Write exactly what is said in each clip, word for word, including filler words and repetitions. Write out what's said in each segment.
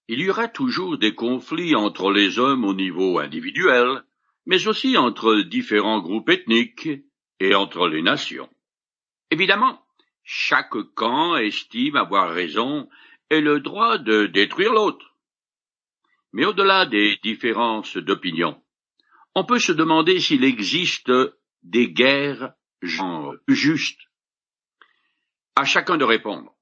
Il y aura toujours des conflits entre les hommes au niveau individuel, mais aussi entre différents groupes ethniques et entre les nations. Évidemment, chaque camp estime avoir raison et le droit de détruire l'autre. Mais au-delà des différences d'opinion, on peut se demander s'il existe des guerres genre justes. À chacun de répondre.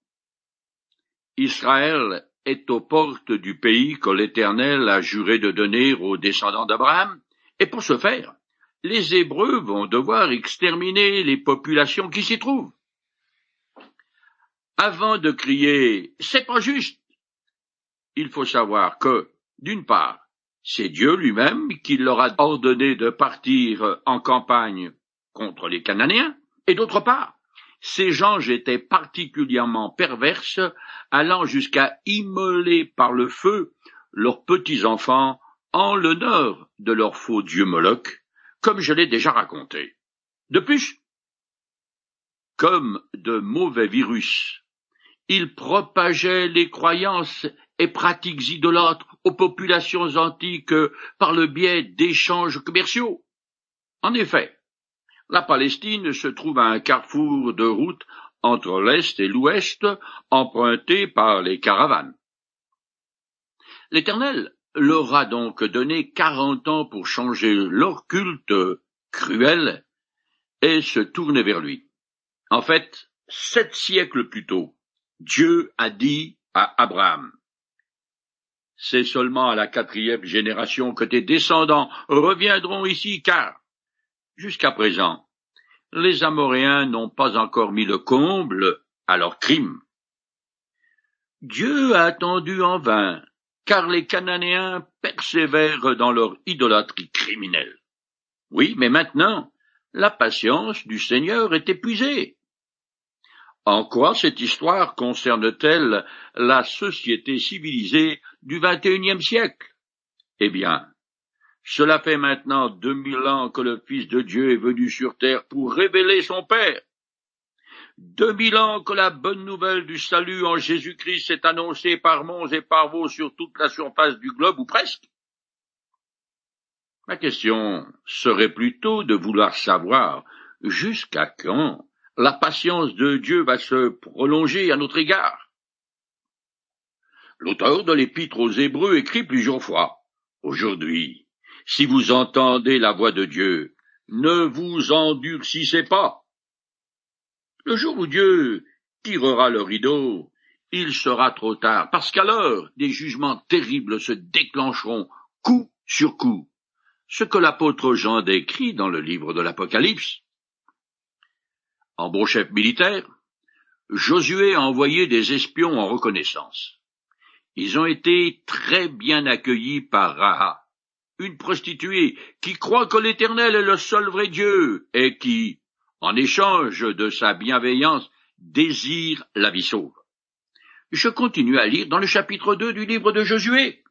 Israël est aux portes du pays que l'Éternel a juré de donner aux descendants d'Abraham, et pour ce faire, les Hébreux vont devoir exterminer les populations qui s'y trouvent. Avant de crier « c'est pas juste », il faut savoir que, d'une part, c'est Dieu lui-même qui leur a ordonné de partir en campagne contre les Cananéens, et d'autre part, ces anges étaient particulièrement perverses, allant jusqu'à immoler par le feu leurs petits-enfants en l'honneur de leur faux dieu Moloch, comme je l'ai déjà raconté. De plus, comme de mauvais virus, ils propageaient les croyances et pratiques idolâtres aux populations antiques par le biais d'échanges commerciaux. En effet, la Palestine se trouve à un carrefour de route entre l'Est et l'Ouest, emprunté par les caravanes. L'Éternel leur a donc donné quarante ans pour changer leur culte cruel et se tourner vers lui. En fait, sept siècles plus tôt, Dieu a dit à Abraham, « C'est seulement à la quatrième génération que tes descendants reviendront ici, car, jusqu'à présent, les Amoréens n'ont pas encore mis le comble à leurs crimes. » Dieu a attendu en vain, car les Cananéens persévèrent dans leur idolâtrie criminelle. Oui, mais maintenant, la patience du Seigneur est épuisée. En quoi cette histoire concerne-t-elle la société civilisée du vingt et unième siècle? Eh bien, cela fait maintenant deux mille ans que le Fils de Dieu est venu sur terre pour révéler son Père. Deux mille ans que la bonne nouvelle du salut en Jésus-Christ est annoncée par monts et par veaux sur toute la surface du globe, ou presque. Ma question serait plutôt de vouloir savoir jusqu'à quand la patience de Dieu va se prolonger à notre égard. L'auteur de l'Épître aux Hébreux écrit plusieurs fois, « Aujourd'hui, si vous entendez la voix de Dieu, ne vous endurcissez pas. » Le jour où Dieu tirera le rideau, il sera trop tard, parce qu'alors des jugements terribles se déclencheront coup sur coup, ce que l'apôtre Jean décrit dans le livre de l'Apocalypse. En bon chef militaire, Josué a envoyé des espions en reconnaissance. Ils ont été très bien accueillis par Rahab, une prostituée qui croit que l'Éternel est le seul vrai Dieu et qui, en échange de sa bienveillance, désire la vie sauve. Je continue à lire dans le chapitre deux du livre de Josué.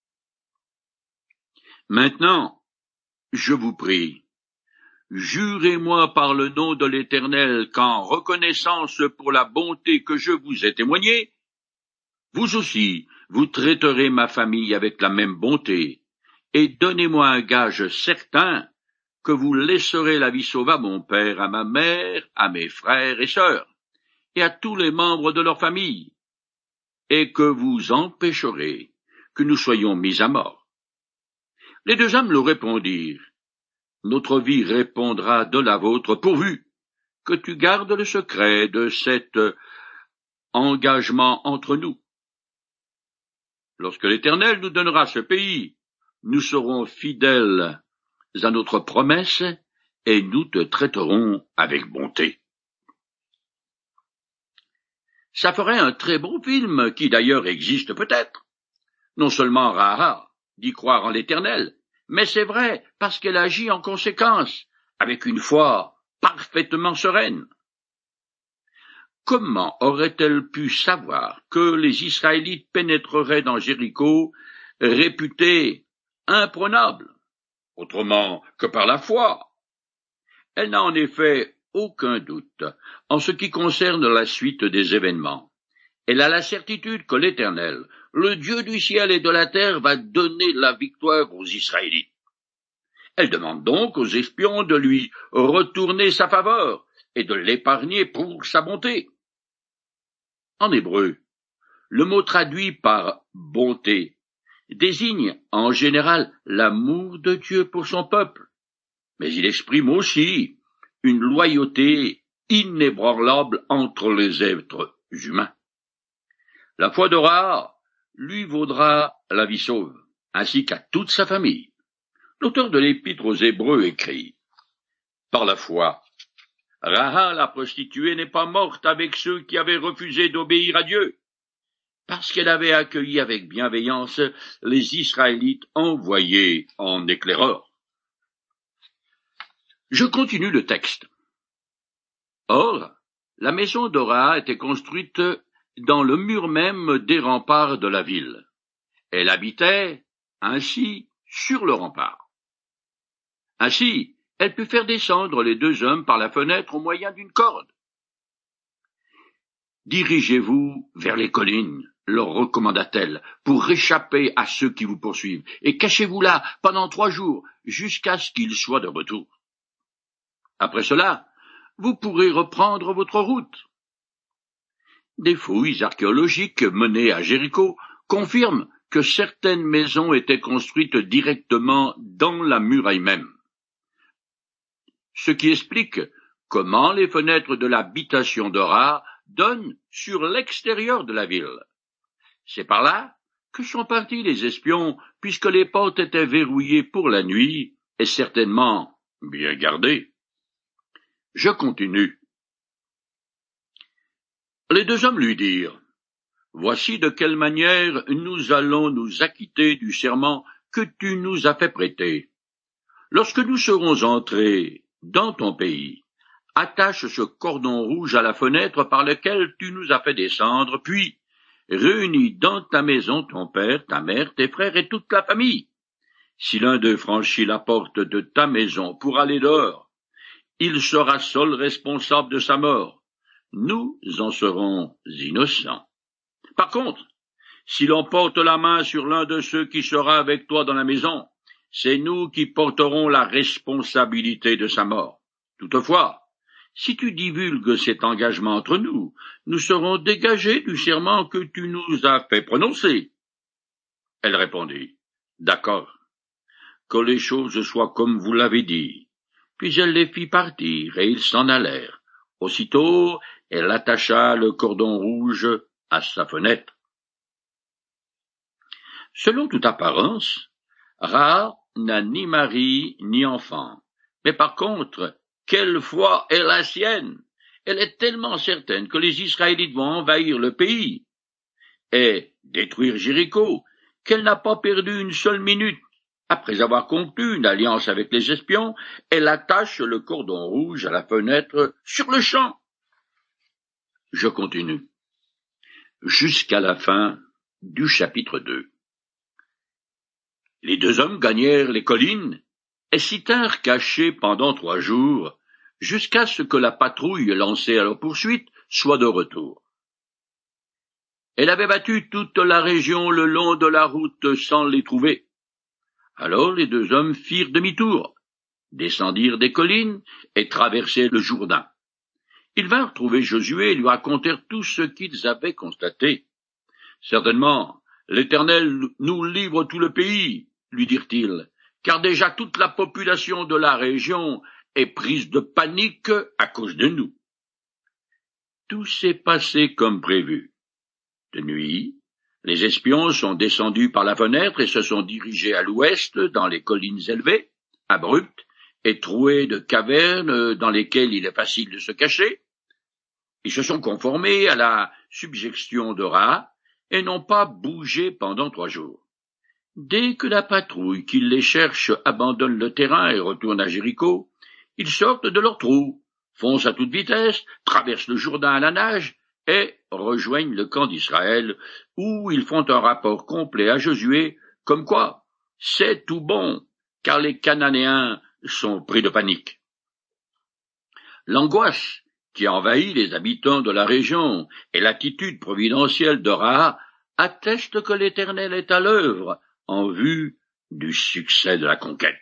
Maintenant, je vous prie, jurez-moi par le nom de l'Éternel qu'en reconnaissance pour la bonté que je vous ai témoignée, vous aussi, vous traiterez ma famille avec la même bonté, et donnez-moi un gage certain que vous laisserez la vie sauve à mon père, à ma mère, à mes frères et sœurs, et à tous les membres de leur famille, et que vous empêcherez que nous soyons mis à mort. » Les deux hommes leur répondirent, « Notre vie répondra de la vôtre, pourvu que tu gardes le secret de cet engagement entre nous. Lorsque l'Éternel nous donnera ce pays, nous serons fidèles à notre promesse et nous te traiterons avec bonté. » Ça ferait un très bon film, qui d'ailleurs existe peut-être. Non seulement Rahab dit croire en l'Éternel, mais c'est vrai parce qu'elle agit en conséquence, avec une foi parfaitement sereine. Comment aurait-elle pu savoir que les Israélites pénétreraient dans Jéricho, réputés imprenables, autrement que par la foi? Elle n'a en effet aucun doute en ce qui concerne la suite des événements. Elle a la certitude que l'Éternel le Dieu du ciel et de la terre va donner la victoire aux Israélites. Elle demande donc aux espions de lui retourner sa faveur et de l'épargner pour sa bonté. En hébreu, le mot traduit par bonté désigne en général l'amour de Dieu pour son peuple, mais il exprime aussi une loyauté inébranlable entre les êtres humains. La foi de Rahab lui vaudra la vie sauve, ainsi qu'à toute sa famille. L'auteur de l'Épître aux Hébreux écrit « Par la foi, Rahab la prostituée n'est pas morte avec ceux qui avaient refusé d'obéir à Dieu, parce qu'elle avait accueilli avec bienveillance les Israélites envoyés en éclaireurs. » Je continue le texte. Or, la maison de Rahab était construite dans le mur même des remparts de la ville. Elle habitait, ainsi, sur le rempart. Ainsi, elle put faire descendre les deux hommes par la fenêtre au moyen d'une corde. « Dirigez-vous vers les collines, leur recommanda-t-elle, pour échapper à ceux qui vous poursuivent, et cachez-vous là pendant trois jours, jusqu'à ce qu'ils soient de retour. Après cela, vous pourrez reprendre votre route. » Des fouilles archéologiques menées à Jéricho confirment que certaines maisons étaient construites directement dans la muraille même, ce qui explique comment les fenêtres de l'habitation de Rahab donnent sur l'extérieur de la ville. C'est par là que sont partis les espions, puisque les portes étaient verrouillées pour la nuit et certainement bien gardées. Je continue. Les deux hommes lui dirent, « Voici de quelle manière nous allons nous acquitter du serment que tu nous as fait prêter. Lorsque nous serons entrés dans ton pays, attache ce cordon rouge à la fenêtre par lequel tu nous as fait descendre, puis réunis dans ta maison ton père, ta mère, tes frères et toute la famille. Si l'un d'eux franchit la porte de ta maison pour aller dehors, il sera seul responsable de sa mort. Nous en serons innocents. Par contre, si l'on porte la main sur l'un de ceux qui sera avec toi dans la maison, c'est nous qui porterons la responsabilité de sa mort. Toutefois, si tu divulgues cet engagement entre nous, nous serons dégagés du serment que tu nous as fait prononcer. » Elle répondit, « D'accord, que les choses soient comme vous l'avez dit. » Puis elle les fit partir, et ils s'en allèrent. Aussitôt, elle attacha le cordon rouge à sa fenêtre. Selon toute apparence, Rahab n'a ni mari ni enfant. Mais par contre, quelle foi est la sienne! Elle est tellement certaine que les Israélites vont envahir le pays et détruire Jéricho, qu'elle n'a pas perdu une seule minute. Après avoir conclu une alliance avec les espions, elle attache le cordon rouge à la fenêtre sur le champ. Je continue. Jusqu'à la fin du chapitre deux. Les deux hommes gagnèrent les collines et s'y tinrent cachés pendant trois jours, jusqu'à ce que la patrouille lancée à leur poursuite soit de retour. Elle avait battu toute la région le long de la route sans les trouver. Alors les deux hommes firent demi-tour, descendirent des collines et traversèrent le Jourdain. Ils vinrent trouver Josué et lui racontèrent tout ce qu'ils avaient constaté. « Certainement, l'Éternel nous livre tout le pays, lui dirent-ils, car déjà toute la population de la région est prise de panique à cause de nous. » Tout s'est passé comme prévu. De nuit, les espions sont descendus par la fenêtre et se sont dirigés à l'ouest dans les collines élevées, abruptes et trouées de cavernes dans lesquelles il est facile de se cacher. Ils se sont conformés à la subjection de Rahab et n'ont pas bougé pendant trois jours. Dès que la patrouille qui les cherche abandonne le terrain et retourne à Jéricho, ils sortent de leur trou, foncent à toute vitesse, traversent le Jourdain à la nage et rejoignent le camp d'Israël, où ils font un rapport complet à Josué, comme quoi c'est tout bon, car les Cananéens sont pris de panique. L'angoisse qui envahit les habitants de la région et l'attitude providentielle de Rahab atteste que l'Éternel est à l'œuvre en vue du succès de la conquête.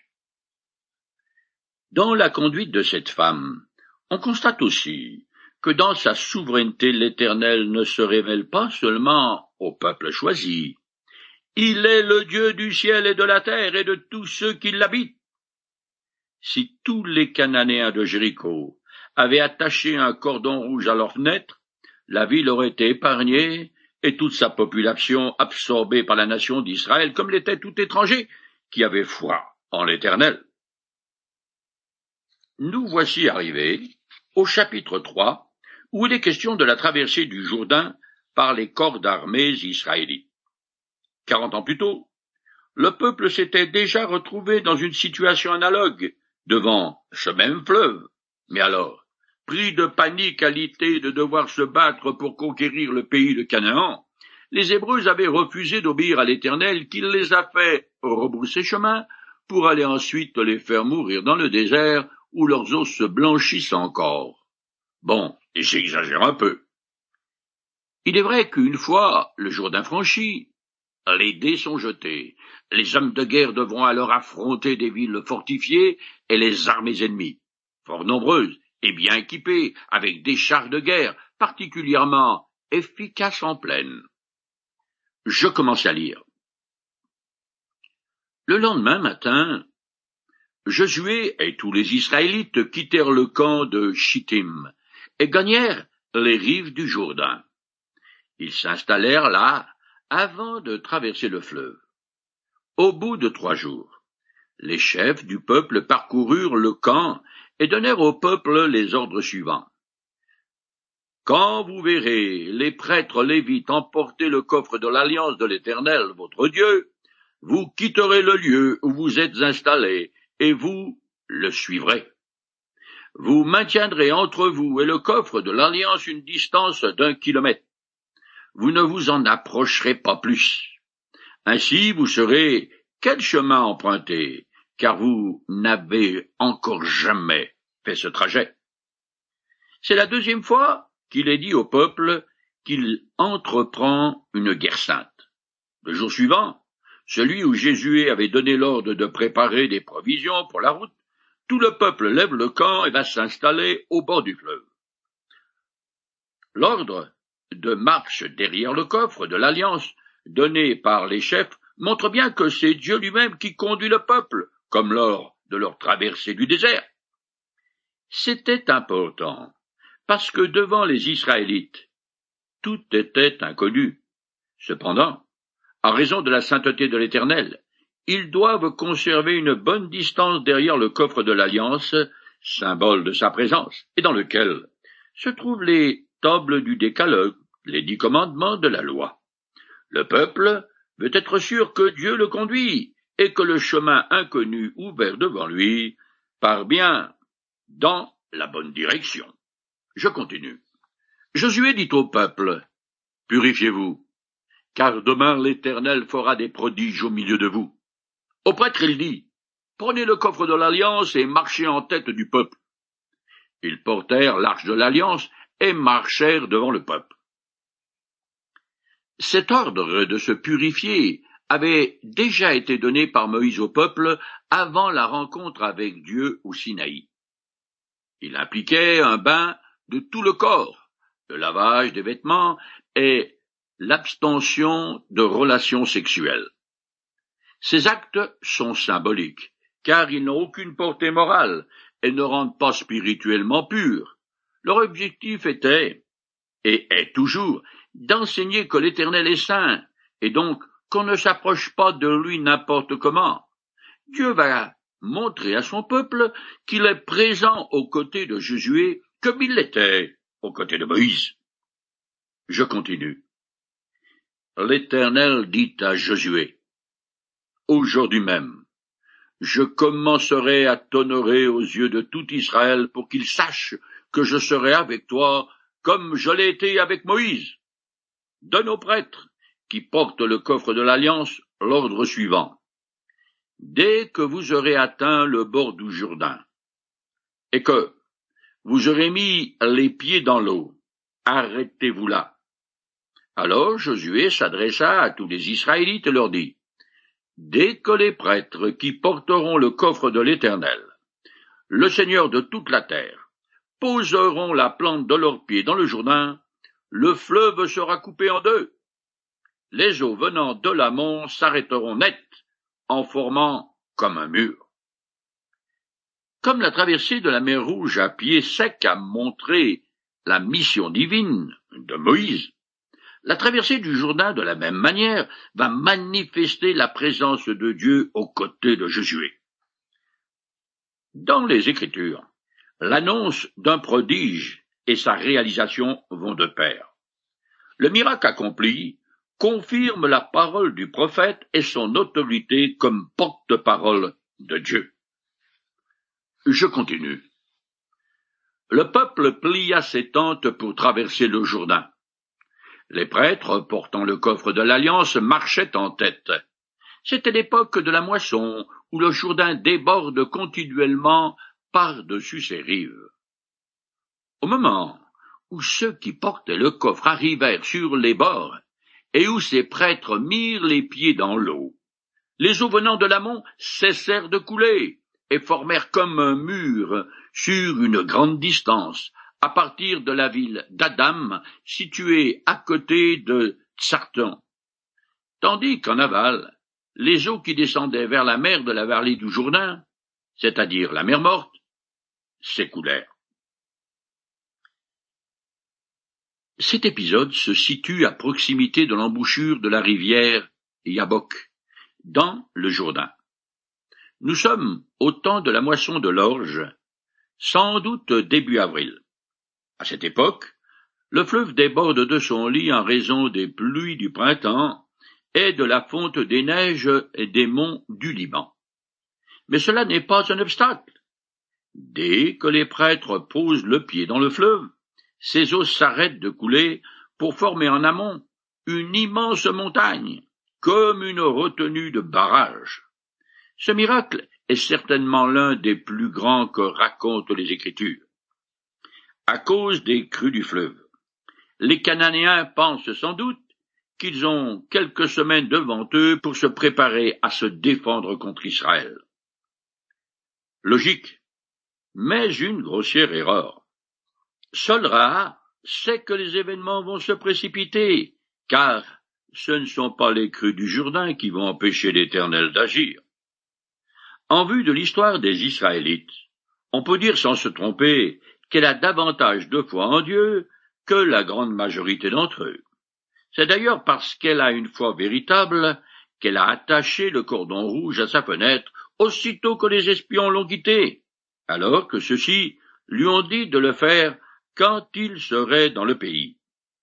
Dans la conduite de cette femme, on constate aussi que dans sa souveraineté l'Éternel ne se révèle pas seulement au peuple choisi. Il est le Dieu du ciel et de la terre et de tous ceux qui l'habitent. Si tous les Cananéens de Jéricho avaient attaché un cordon rouge à leurs fenêtres, la ville aurait été épargnée et toute sa population absorbée par la nation d'Israël, comme l'était tout étranger qui avait foi en l'Éternel. Nous voici arrivés au chapitre trois, où il est question de la traversée du Jourdain par les corps d'armées israélites. Quarante ans plus tôt, le peuple s'était déjà retrouvé dans une situation analogue devant ce même fleuve. Mais alors, pris de panique à l'idée de devoir se battre pour conquérir le pays de Canaan, les Hébreux avaient refusé d'obéir à l'Éternel qui les a fait rebrousser chemin pour aller ensuite les faire mourir dans le désert où leurs os se blanchissent encore. Bon, et j'exagère un peu. Il est vrai qu'une fois le Jourdain franchi, les dés sont jetés. Les hommes de guerre devront alors affronter des villes fortifiées et les armées ennemies, fort nombreuses et bien équipées, avec des chars de guerre particulièrement efficaces en plaine. Je commence à lire. Le lendemain matin, Josué et tous les Israélites quittèrent le camp de Chittim et gagnèrent les rives du Jourdain. Ils s'installèrent là avant de traverser le fleuve. Au bout de trois jours, les chefs du peuple parcoururent le camp et donnèrent au peuple les ordres suivants. Quand vous verrez les prêtres lévites emporter le coffre de l'alliance de l'Éternel, votre Dieu, vous quitterez le lieu où vous êtes installés et vous le suivrez. Vous maintiendrez entre vous et le coffre de l'alliance une distance d'un kilomètre. Vous ne vous en approcherez pas plus. Ainsi vous saurez quel chemin emprunter, car vous n'avez encore jamais fait ce trajet. C'est la deuxième fois qu'il est dit au peuple qu'il entreprend une guerre sainte. Le jour suivant, celui où Josué avait donné l'ordre de préparer des provisions pour la route, tout le peuple lève le camp et va s'installer au bord du fleuve. L'ordre de marche derrière le coffre de l'alliance donné par les chefs montre bien que c'est Dieu lui-même qui conduit le peuple, comme lors de leur traversée du désert. C'était important, parce que devant les Israélites, tout était inconnu. Cependant, en raison de la sainteté de l'Éternel, ils doivent conserver une bonne distance derrière le coffre de l'Alliance, symbole de sa présence, et dans lequel se trouvent les tables du décalogue, les dix commandements de la loi. Le peuple veut être sûr que Dieu le conduit, et que le chemin inconnu ouvert devant lui part bien dans la bonne direction. Je continue. Josué dit au peuple, « Purifiez-vous, car demain l'Éternel fera des prodiges au milieu de vous. » Au prêtre il dit, « Prenez le coffre de l'Alliance et marchez en tête du peuple. » Ils portèrent l'arche de l'Alliance et marchèrent devant le peuple. Cet ordre de se purifier avait déjà été donné par Moïse au peuple avant la rencontre avec Dieu au Sinaï. Il impliquait un bain de tout le corps, le lavage des vêtements et l'abstention de relations sexuelles. Ces actes sont symboliques, car ils n'ont aucune portée morale et ne rendent pas spirituellement purs. Leur objectif était, et est toujours, d'enseigner que l'Éternel est saint, et donc qu'on ne s'approche pas de lui n'importe comment. Dieu va montrer à son peuple qu'il est présent aux côtés de Josué comme il l'était aux côtés de Moïse. Je continue. L'Éternel dit à Josué, « Aujourd'hui même, je commencerai à t'honorer aux yeux de tout Israël pour qu'il sache que je serai avec toi comme je l'ai été avec Moïse. Donne aux prêtres qui portent le coffre de l'Alliance l'ordre suivant. Dès que vous aurez atteint le bord du Jourdain, et que vous aurez mis les pieds dans l'eau, arrêtez-vous là. Alors Josué s'adressa à tous les Israélites et leur dit, « Dès que les prêtres qui porteront le coffre de l'Éternel, le Seigneur de toute la terre, poseront la plante de leurs pieds dans le Jourdain, le fleuve sera coupé en deux. Les eaux venant de l'amont s'arrêteront net, en formant comme un mur. » Comme la traversée de la mer Rouge à pied sec a montré la mission divine de Moïse, la traversée du Jourdain de la même manière va manifester la présence de Dieu aux côtés de Josué. Dans les Écritures, l'annonce d'un prodige et sa réalisation vont de pair. Le miracle accompli confirme la parole du prophète et son autorité comme porte-parole de Dieu. Je continue. Le peuple plia ses tentes pour traverser le Jourdain. Les prêtres, portant le coffre de l'Alliance, marchaient en tête. C'était l'époque de la moisson, où le Jourdain déborde continuellement par-dessus ses rives. Au moment où ceux qui portaient le coffre arrivèrent sur les bords, et où ces prêtres mirent les pieds dans l'eau, les eaux venant de l'amont cessèrent de couler, et formèrent comme un mur sur une grande distance, à partir de la ville d'Adam, située à côté de Tsartan. Tandis qu'en aval, les eaux qui descendaient vers la mer de la vallée du Jourdain, c'est-à-dire la mer Morte, s'écoulèrent. Cet épisode se situe à proximité de l'embouchure de la rivière Yabok, dans le Jourdain. Nous sommes au temps de la moisson de l'orge, sans doute début avril. À cette époque, le fleuve déborde de son lit en raison des pluies du printemps et de la fonte des neiges et des monts du Liban. Mais cela n'est pas un obstacle. Dès que les prêtres posent le pied dans le fleuve, ces eaux s'arrêtent de couler pour former en amont une immense montagne, comme une retenue de barrage. Ce miracle est certainement l'un des plus grands que racontent les Écritures. À cause des crues du fleuve, les Cananéens pensent sans doute qu'ils ont quelques semaines devant eux pour se préparer à se défendre contre Israël. Logique, mais une grossière erreur. Seul Raha sait que les événements vont se précipiter, car ce ne sont pas les crues du Jourdain qui vont empêcher l'Éternel d'agir. En vue de l'histoire des Israélites, on peut dire sans se tromper qu'elle a davantage de foi en Dieu que la grande majorité d'entre eux. C'est d'ailleurs parce qu'elle a une foi véritable qu'elle a attaché le cordon rouge à sa fenêtre aussitôt que les espions l'ont quitté, alors que ceux-ci lui ont dit de le faire quand il serait dans le pays.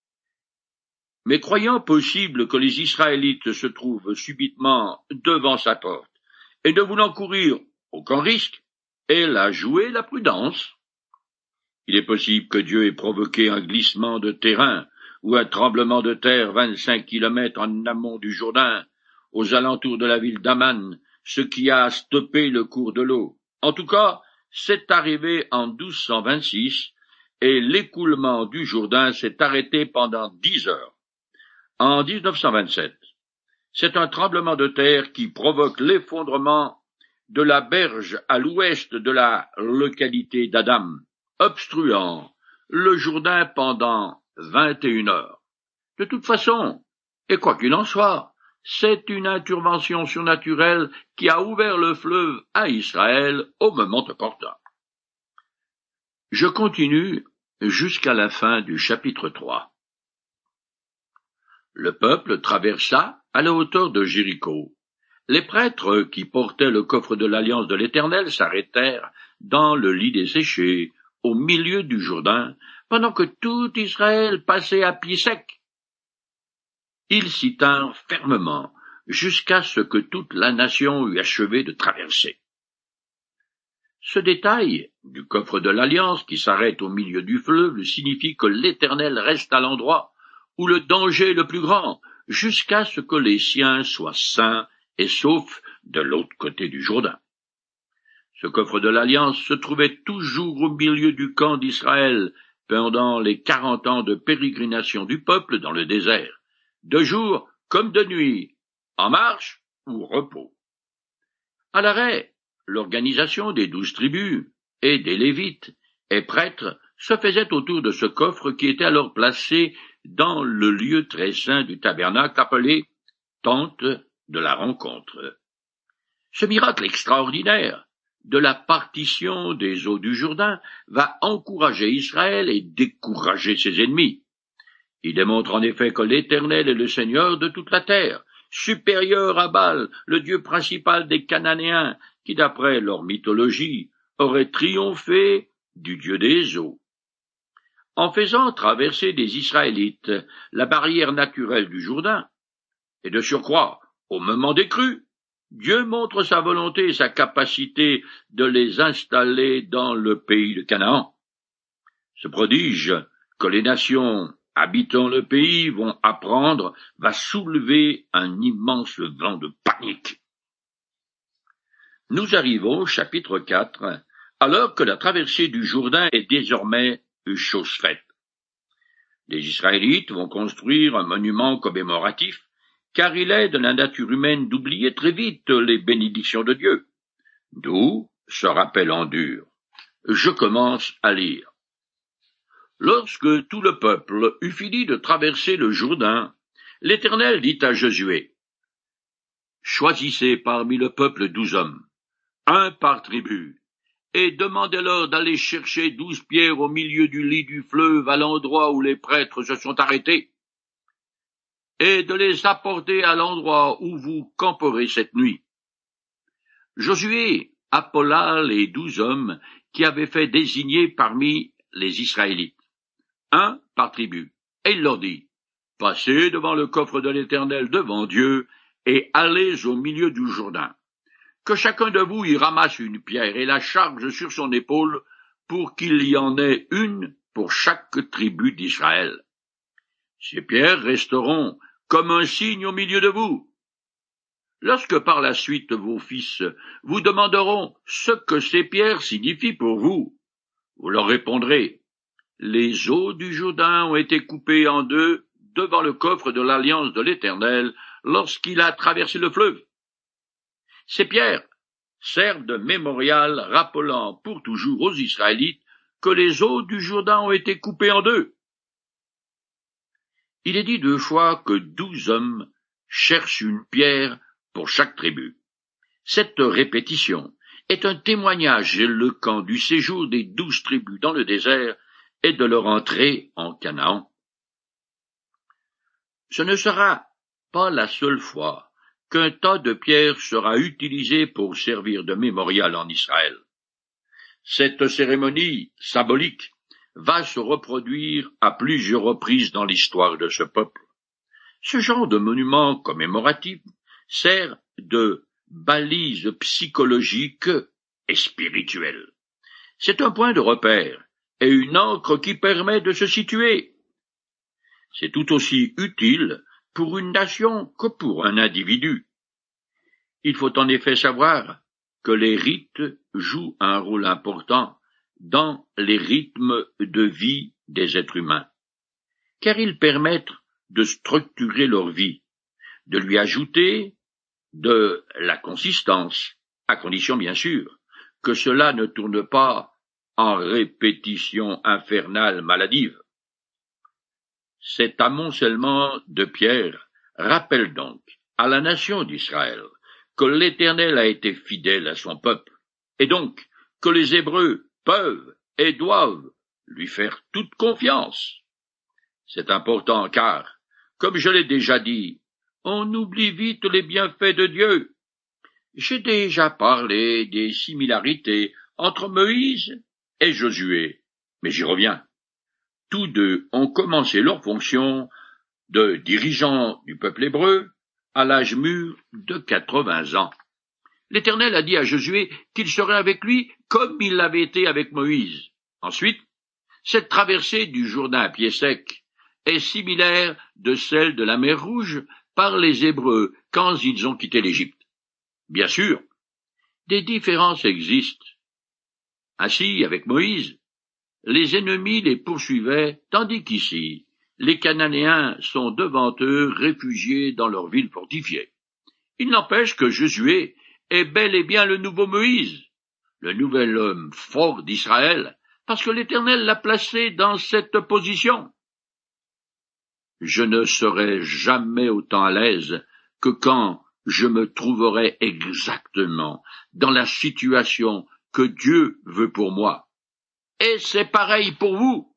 Mais croyant possible que les Israélites se trouvent subitement devant sa porte, et ne voulant courir aucun risque, elle a joué la prudence. Il est possible que Dieu ait provoqué un glissement de terrain ou un tremblement de terre vingt-cinq kilomètres en amont du Jourdain, aux alentours de la ville d'Amman, ce qui a stoppé le cours de l'eau. En tout cas, c'est arrivé en douze cent vingt-six, et l'écoulement du Jourdain s'est arrêté pendant dix heures. En dix-neuf cent vingt-sept, c'est un tremblement de terre qui provoque l'effondrement de la berge à l'ouest de la localité d'Adam, obstruant le Jourdain pendant vingt et une heures. De toute façon, et quoi qu'il en soit, c'est une intervention surnaturelle qui a ouvert le fleuve à Israël au moment opportun. Je continue jusqu'à la fin du chapitre trois. Le peuple traversa à la hauteur de Jéricho. Les prêtres qui portaient le coffre de l'Alliance de l'Éternel s'arrêtèrent dans le lit desséché, au milieu du Jourdain, pendant que tout Israël passait à pied sec. Ils s'y tinrent fermement, jusqu'à ce que toute la nation eût achevé de traverser. Ce détail du coffre de l'Alliance qui s'arrête au milieu du fleuve signifie que l'Éternel reste à l'endroit où le danger est le plus grand, jusqu'à ce que les siens soient sains et saufs de l'autre côté du Jourdain. Ce coffre de l'Alliance se trouvait toujours au milieu du camp d'Israël pendant les quarante ans de pérégrination du peuple dans le désert, de jour comme de nuit, en marche ou repos. À l'arrêt, l'organisation des douze tribus et des Lévites et prêtres se faisait autour de ce coffre qui était alors placé dans le lieu très saint du tabernacle appelé tente de la rencontre. Ce miracle extraordinaire de la partition des eaux du Jourdain va encourager Israël et décourager ses ennemis. Il démontre en effet que l'Éternel est le Seigneur de toute la terre, supérieur à Baal, le dieu principal des Cananéens, qui d'après leur mythologie aurait triomphé du dieu des eaux. En faisant traverser des Israélites la barrière naturelle du Jourdain, et de surcroît, au moment des crues, Dieu montre sa volonté et sa capacité de les installer dans le pays de Canaan. Ce prodige que les nations habitant le pays vont apprendre va soulever un immense vent de panique. Nous arrivons au chapitre quatre, alors que la traversée du Jourdain est désormais une chose faite. Les Israélites vont construire un monument commémoratif, car il est de la nature humaine d'oublier très vite les bénédictions de Dieu. D'où ce rappel en dur. Je commence à lire. Lorsque tout le peuple eut fini de traverser le Jourdain, l'Éternel dit à Josué, « Choisissez parmi le peuple douze hommes, un par tribu, et demandez-leur d'aller chercher douze pierres au milieu du lit du fleuve à l'endroit où les prêtres se sont arrêtés, et de les apporter à l'endroit où vous camperez cette nuit. » Josué appela les douze hommes qui avaient fait désigner parmi les Israélites, un par tribu, et il leur dit, « Passez devant le coffre de l'Éternel devant Dieu, et allez au milieu du Jourdain. Que chacun de vous y ramasse une pierre et la charge sur son épaule, pour qu'il y en ait une pour chaque tribu d'Israël. Ces pierres resteront comme un signe au milieu de vous. Lorsque par la suite vos fils vous demanderont ce que ces pierres signifient pour vous, vous leur répondrez, les eaux du Jourdain ont été coupées en deux devant le coffre de l'alliance de l'Éternel lorsqu'il a traversé le fleuve. Ces pierres servent de mémorial rappelant pour toujours aux Israélites que les eaux du Jourdain ont été coupées en deux. Il est dit deux fois que douze hommes cherchent une pierre pour chaque tribu. Cette répétition est un témoignage éloquent du séjour des douze tribus dans le désert et de leur entrée en Canaan. Ce ne sera pas la seule fois qu'un tas de pierres sera utilisé pour servir de mémorial en Israël. Cette cérémonie symbolique va se reproduire à plusieurs reprises dans l'histoire de ce peuple. Ce genre de monument commémoratif sert de balise psychologique et spirituelle. C'est un point de repère et une ancre qui permet de se situer. C'est tout aussi utile pour une nation que pour un individu. Il faut en effet savoir que les rites jouent un rôle important dans les rythmes de vie des êtres humains, car ils permettent de structurer leur vie, de lui ajouter de la consistance, à condition bien sûr que cela ne tourne pas en répétition infernale maladive. Cet amoncellement de pierres rappelle donc à la nation d'Israël que l'Éternel a été fidèle à son peuple, et donc que les Hébreux peuvent et doivent lui faire toute confiance. C'est important car, comme je l'ai déjà dit, on oublie vite les bienfaits de Dieu. J'ai déjà parlé des similarités entre Moïse et Josué, mais j'y reviens. Tous deux ont commencé leur fonction de dirigeants du peuple hébreu à l'âge mûr de quatre-vingts ans. L'Éternel a dit à Josué qu'il serait avec lui comme il l'avait été avec Moïse. Ensuite, cette traversée du Jourdain à pied sec est similaire de celle de la mer Rouge par les Hébreux quand ils ont quitté l'Égypte. Bien sûr, des différences existent. Ainsi, avec Moïse, les ennemis les poursuivaient, tandis qu'ici, les Cananéens sont devant eux réfugiés dans leur ville fortifiée. Il n'empêche que Josué est bel et bien le nouveau Moïse, le nouvel homme fort d'Israël, parce que l'Éternel l'a placé dans cette position. Je ne serai jamais autant à l'aise que quand je me trouverai exactement dans la situation que Dieu veut pour moi. Et c'est pareil pour vous.